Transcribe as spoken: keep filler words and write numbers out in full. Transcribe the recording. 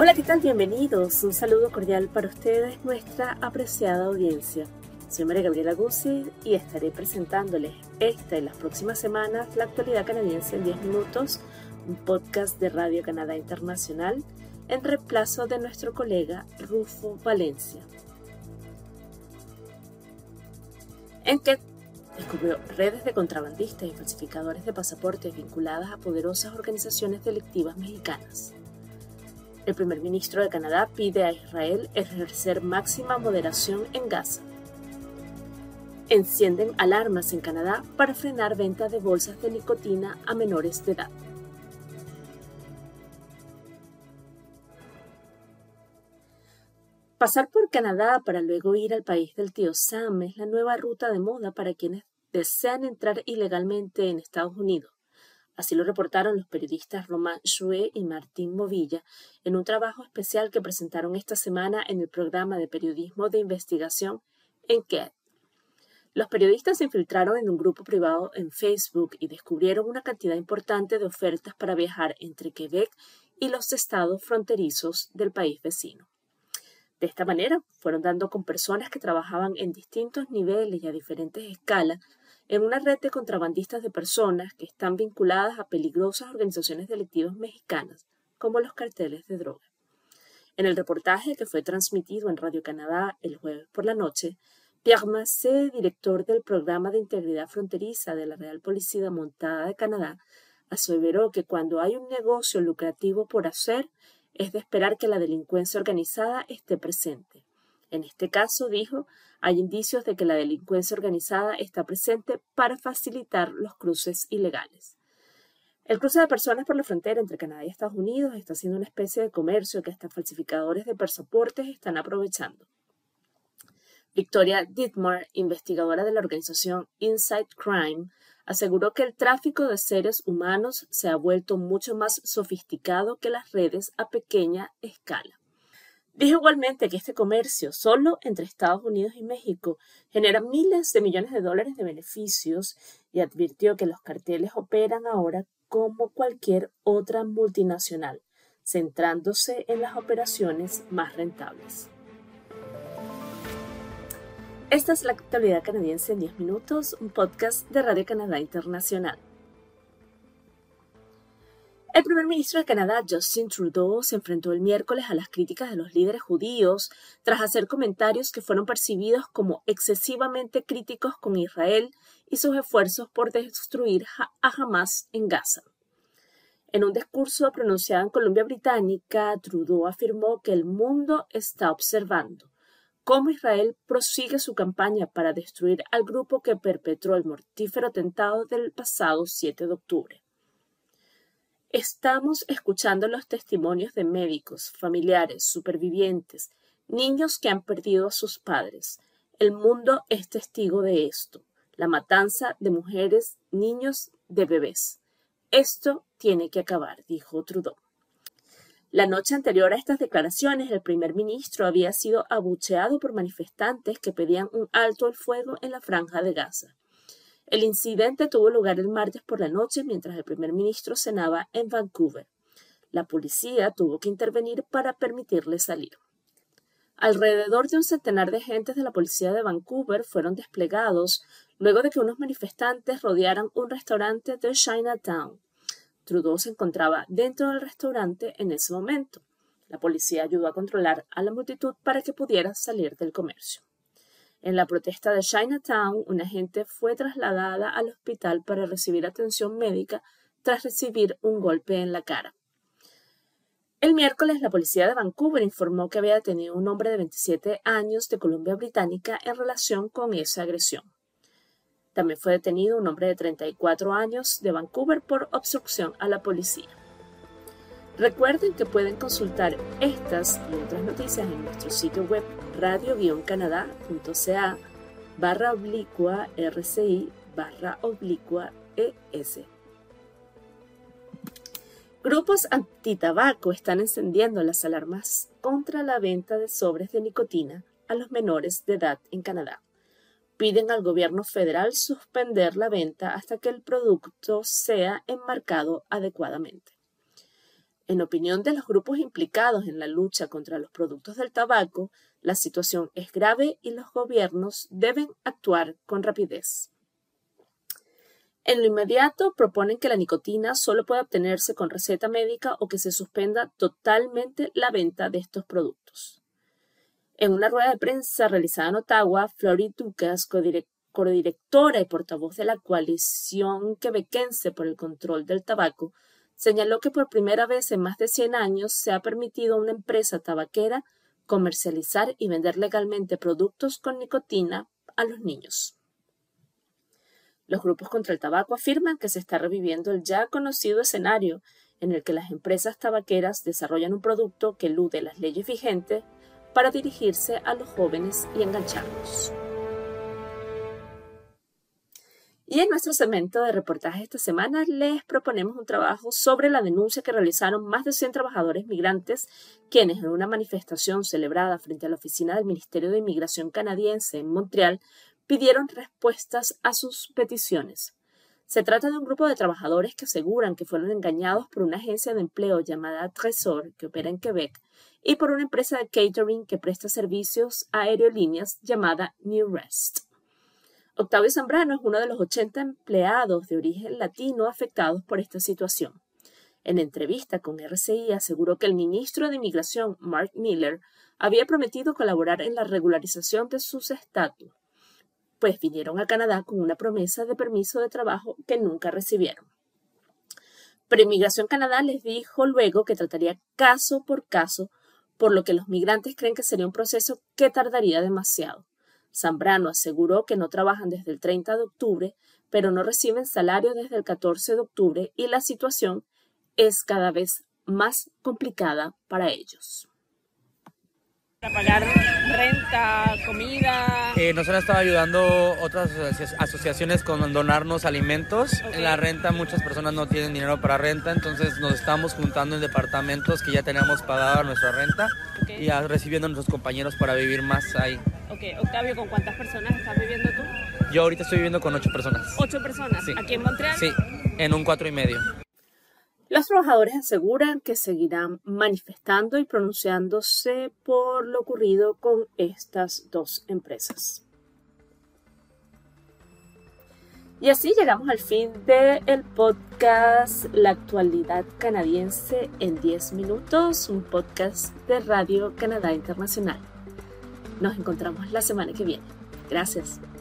Hola, ¿qué tal? Bienvenidos. Un saludo cordial para ustedes, nuestra apreciada audiencia. Soy María Gabriela Guzzi y estaré presentándoles esta y las próximas semanas la actualidad canadiense en diez minutos, un podcast de Radio Canadá Internacional en reemplazo de nuestro colega Rufo Valencia. Enquête descubrió redes de contrabandistas y falsificadores de pasaportes vinculadas a poderosas organizaciones delictivas mexicanas. El primer ministro de Canadá pide a Israel ejercer máxima moderación en Gaza. Encienden alarmas en Canadá para frenar venta de bolsas de nicotina a menores de edad. Pasar por Canadá para luego ir al país del tío Sam es la nueva ruta de moda para quienes desean entrar ilegalmente en Estados Unidos. Así lo reportaron los periodistas Romain Chouet y Martín Movilla en un trabajo especial que presentaron esta semana en el programa de periodismo de investigación Enquête. Los periodistas se infiltraron en un grupo privado en Facebook y descubrieron una cantidad importante de ofertas para viajar entre Quebec y los estados fronterizos del país vecino. De esta manera, fueron dando con personas que trabajaban en distintos niveles y a diferentes escalas en una red de contrabandistas de personas que están vinculadas a peligrosas organizaciones delictivas mexicanas, como los carteles de droga. En el reportaje que fue transmitido en Radio Canadá el jueves por la noche, Pierre Massé, director del Programa de Integridad Fronteriza de la Real Policía Montada de Canadá, aseveró que cuando hay un negocio lucrativo por hacer, es de esperar que la delincuencia organizada esté presente. En este caso, dijo, hay indicios de que la delincuencia organizada está presente para facilitar los cruces ilegales. El cruce de personas por la frontera entre Canadá y Estados Unidos está siendo una especie de comercio que hasta falsificadores de pasaportes están aprovechando. Victoria Dittmar, investigadora de la organización Inside Crime, aseguró que el tráfico de seres humanos se ha vuelto mucho más sofisticado que las redes a pequeña escala. Dijo igualmente que este comercio, solo entre Estados Unidos y México, genera miles de millones de dólares de beneficios y advirtió que los carteles operan ahora como cualquier otra multinacional, centrándose en las operaciones más rentables. Esta es la actualidad canadiense en diez minutos, un podcast de Radio Canadá Internacional. El primer ministro de Canadá, Justin Trudeau, se enfrentó el miércoles a las críticas de los líderes judíos tras hacer comentarios que fueron percibidos como excesivamente críticos con Israel y sus esfuerzos por destruir a Hamas en Gaza. En un discurso pronunciado en Columbia Británica, Trudeau afirmó que el mundo está observando cómo Israel prosigue su campaña para destruir al grupo que perpetró el mortífero atentado del pasado siete de octubre. Estamos escuchando los testimonios de médicos, familiares, supervivientes, niños que han perdido a sus padres. El mundo es testigo de esto, la matanza de mujeres, niños, de bebés. Esto tiene que acabar, dijo Trudeau. La noche anterior a estas declaraciones, el primer ministro había sido abucheado por manifestantes que pedían un alto al fuego en la franja de Gaza. El incidente tuvo lugar el martes por la noche mientras el primer ministro cenaba en Vancouver. La policía tuvo que intervenir para permitirle salir. Alrededor de un centenar de agentes de la policía de Vancouver fueron desplegados luego de que unos manifestantes rodearan un restaurante de Chinatown. Trudeau se encontraba dentro del restaurante en ese momento. La policía ayudó a controlar a la multitud para que pudiera salir del comercio. En la protesta de Chinatown, una agente fue trasladada al hospital para recibir atención médica tras recibir un golpe en la cara. El miércoles, la policía de Vancouver informó que había detenido a un hombre de veintisiete años de Columbia Británica en relación con esa agresión. También fue detenido un hombre de treinta y cuatro años de Vancouver por obstrucción a la policía. Recuerden que pueden consultar estas y otras noticias en nuestro sitio web radio-canadá.ca barra oblicua rci barra oblicua es. Grupos antitabaco están encendiendo las alarmas contra la venta de sobres de nicotina a los menores de edad en Canadá. Piden al gobierno federal suspender la venta hasta que el producto sea enmarcado adecuadamente. En opinión de los grupos implicados en la lucha contra los productos del tabaco, la situación es grave y los gobiernos deben actuar con rapidez. En lo inmediato, proponen que la nicotina solo pueda obtenerse con receta médica o que se suspenda totalmente la venta de estos productos. En una rueda de prensa realizada en Ottawa, Flory Ducas, codirectora y portavoz de la coalición quebequense por el control del tabaco, señaló que por primera vez en más de cien años se ha permitido a una empresa tabaquera comercializar y vender legalmente productos con nicotina a los niños. Los grupos contra el tabaco afirman que se está reviviendo el ya conocido escenario en el que las empresas tabaqueras desarrollan un producto que elude las leyes vigentes para dirigirse a los jóvenes y engancharlos. Y en nuestro segmento de reportaje esta semana les proponemos un trabajo sobre la denuncia que realizaron más de cien trabajadores migrantes, quienes en una manifestación celebrada frente a la oficina del Ministerio de Inmigración canadiense en Montreal pidieron respuestas a sus peticiones. Se trata de un grupo de trabajadores que aseguran que fueron engañados por una agencia de empleo llamada Tresor, que opera en Quebec, y por una empresa de catering que presta servicios a aerolíneas llamada New Rest. Octavio Zambrano es uno de los ochenta empleados de origen latino afectados por esta situación. En entrevista con R C I aseguró que el ministro de Inmigración, Mark Miller, había prometido colaborar en la regularización de sus estatus, pues vinieron a Canadá con una promesa de permiso de trabajo que nunca recibieron. Pero Inmigración Canadá les dijo luego que trataría caso por caso, por lo que los migrantes creen que sería un proceso que tardaría demasiado. Zambrano aseguró que no trabajan desde el treinta de octubre, pero no reciben salario desde el catorce de octubre y la situación es cada vez más complicada para ellos. Para pagar renta, comida. Eh, nos han estado ayudando otras asociaciones con donarnos alimentos. Okay. En la renta muchas personas no tienen dinero para renta, entonces nos estamos juntando en departamentos que ya tenemos pagada nuestra renta. Okay. Y ya recibiendo a nuestros compañeros para vivir más ahí. Ok, Octavio, ¿con cuántas personas estás viviendo tú? Yo ahorita estoy viviendo con ocho personas. ¿Ocho personas? Sí. ¿Aquí en Montreal? Sí, en un cuatro y medio. Los trabajadores aseguran que seguirán manifestando y pronunciándose por lo ocurrido con estas dos empresas. Y así llegamos al fin del podcast La actualidad canadiense en diez minutos, un podcast de Radio Canadá Internacional. Nos encontramos la semana que viene. Gracias.